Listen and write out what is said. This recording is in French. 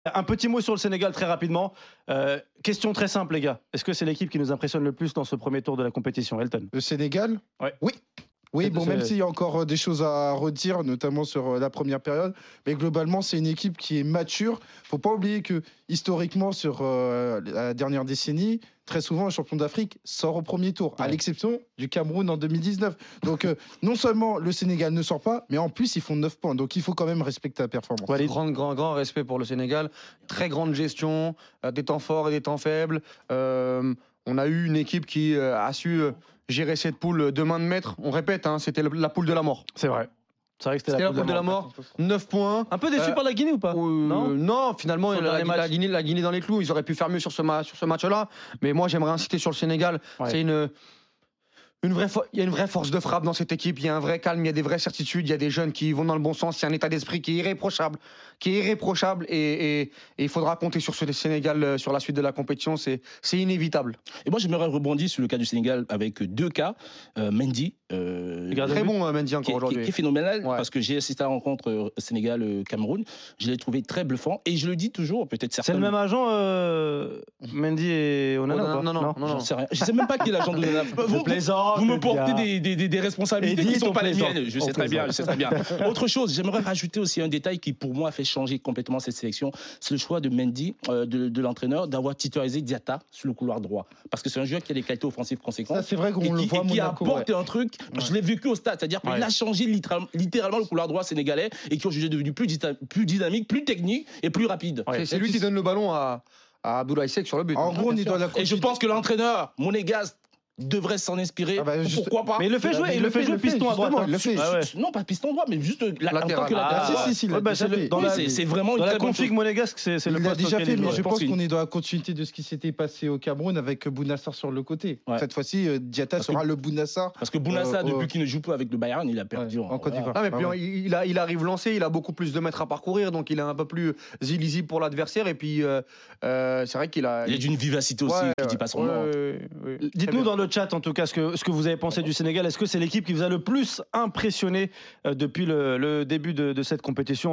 Un petit mot sur le Sénégal très rapidement. Question très simple, les gars. Est-ce que c'est l'équipe qui nous impressionne le plus dans ce premier tour de la compétition, Elton? Le Sénégal? Ouais. Oui. Oui, bon, même s'il y a encore des choses à redire, notamment sur la première période, mais globalement, c'est une équipe qui est mature. Faut pas oublier que, historiquement, sur la dernière décennie, très souvent, le champion d'Afrique sort au premier tour, à l'exception du Cameroun en 2019. Donc, non seulement le Sénégal ne sort pas, mais en plus, ils font 9 points. Donc, il faut quand même respecter la performance. Grand respect pour le Sénégal. Très grande gestion, des temps forts et des temps faibles. On a eu une équipe qui a su gérer cette poule de main de maître. On répète, hein, c'était la poule de la mort. C'est vrai. C'est vrai que c'était la poule de la mort. 9 points. Un peu déçu par la Guinée ou pas? Non, finalement, la Guinée dans les clous. Ils auraient pu faire mieux sur ce match-là. Mais moi, j'aimerais insister sur le Sénégal. Ouais. C'est il y a une vraie force de frappe dans cette équipe, il y a un vrai calme, il y a des vraies certitudes, il y a des jeunes qui vont dans le bon sens, il y a un état d'esprit qui est irréprochable et il faudra compter sur ce Sénégal sur la suite de la compétition, c'est inévitable. Et moi j'aimerais rebondir sur le cas du Sénégal avec deux cas. Mendy, très bon Mendy encore aujourd'hui. Qui est phénoménal parce que j'ai assisté à la rencontre Sénégal-Cameroun, je l'ai trouvé très bluffant et je le dis toujours, peut-être certains... C'est le même agent Mendy et Onana? Non, j'en sais rien. Je sais même pas qui est l'agent d'Onana. Je plaisante. Vous me portez des responsabilités qui ne sont pas les miennes. Je sais très bien. Autre chose, j'aimerais rajouter aussi un détail qui, pour moi, fait changer complètement cette sélection. C'est le choix de Mendy, de l'entraîneur, d'avoir titularisé Diatta sur le couloir droit. Parce que c'est un joueur qui a des qualités offensives conséquentes. Ça, c'est vrai qu'on le voit. Et qui apporte un truc. Je l'ai vécu au stade. C'est-à-dire qu'il a changé littéralement le couloir droit sénégalais et qui est devenu plus dynamique, plus technique et plus rapide. C'est lui qui donne le ballon à Abdoulaye Seck sur le but. En gros, on doit la et je pense que l'entraîneur, Monégasque, devrait s'en inspirer. Pourquoi pas? Mais il le fait jouer, il le fait jouer piston à droite. Non, pas piston droit, mais juste latéral. C'est vraiment dans la config monégasque, c'est le poste. Il l'a déjà fait, mais je pense qu'on est dans la continuité de ce qui s'était passé au Cameroun avec Bounassar sur le côté. Cette fois-ci, Diatta sera le Bounassar. Parce que Bounassar, depuis qu'il ne joue plus avec le Bayern, il a perdu en Côte d'Ivoire. Il arrive lancé, il a beaucoup plus de mètres à parcourir, donc il est un peu plus illisible pour l'adversaire. Et puis, c'est vrai qu'il a. Il est d'une vivacité aussi qui dit pas son nom. Dites-nous dans le chat en tout cas ce que vous avez pensé du Sénégal. Est-ce que c'est l'équipe qui vous a le plus impressionné depuis le début de cette compétition?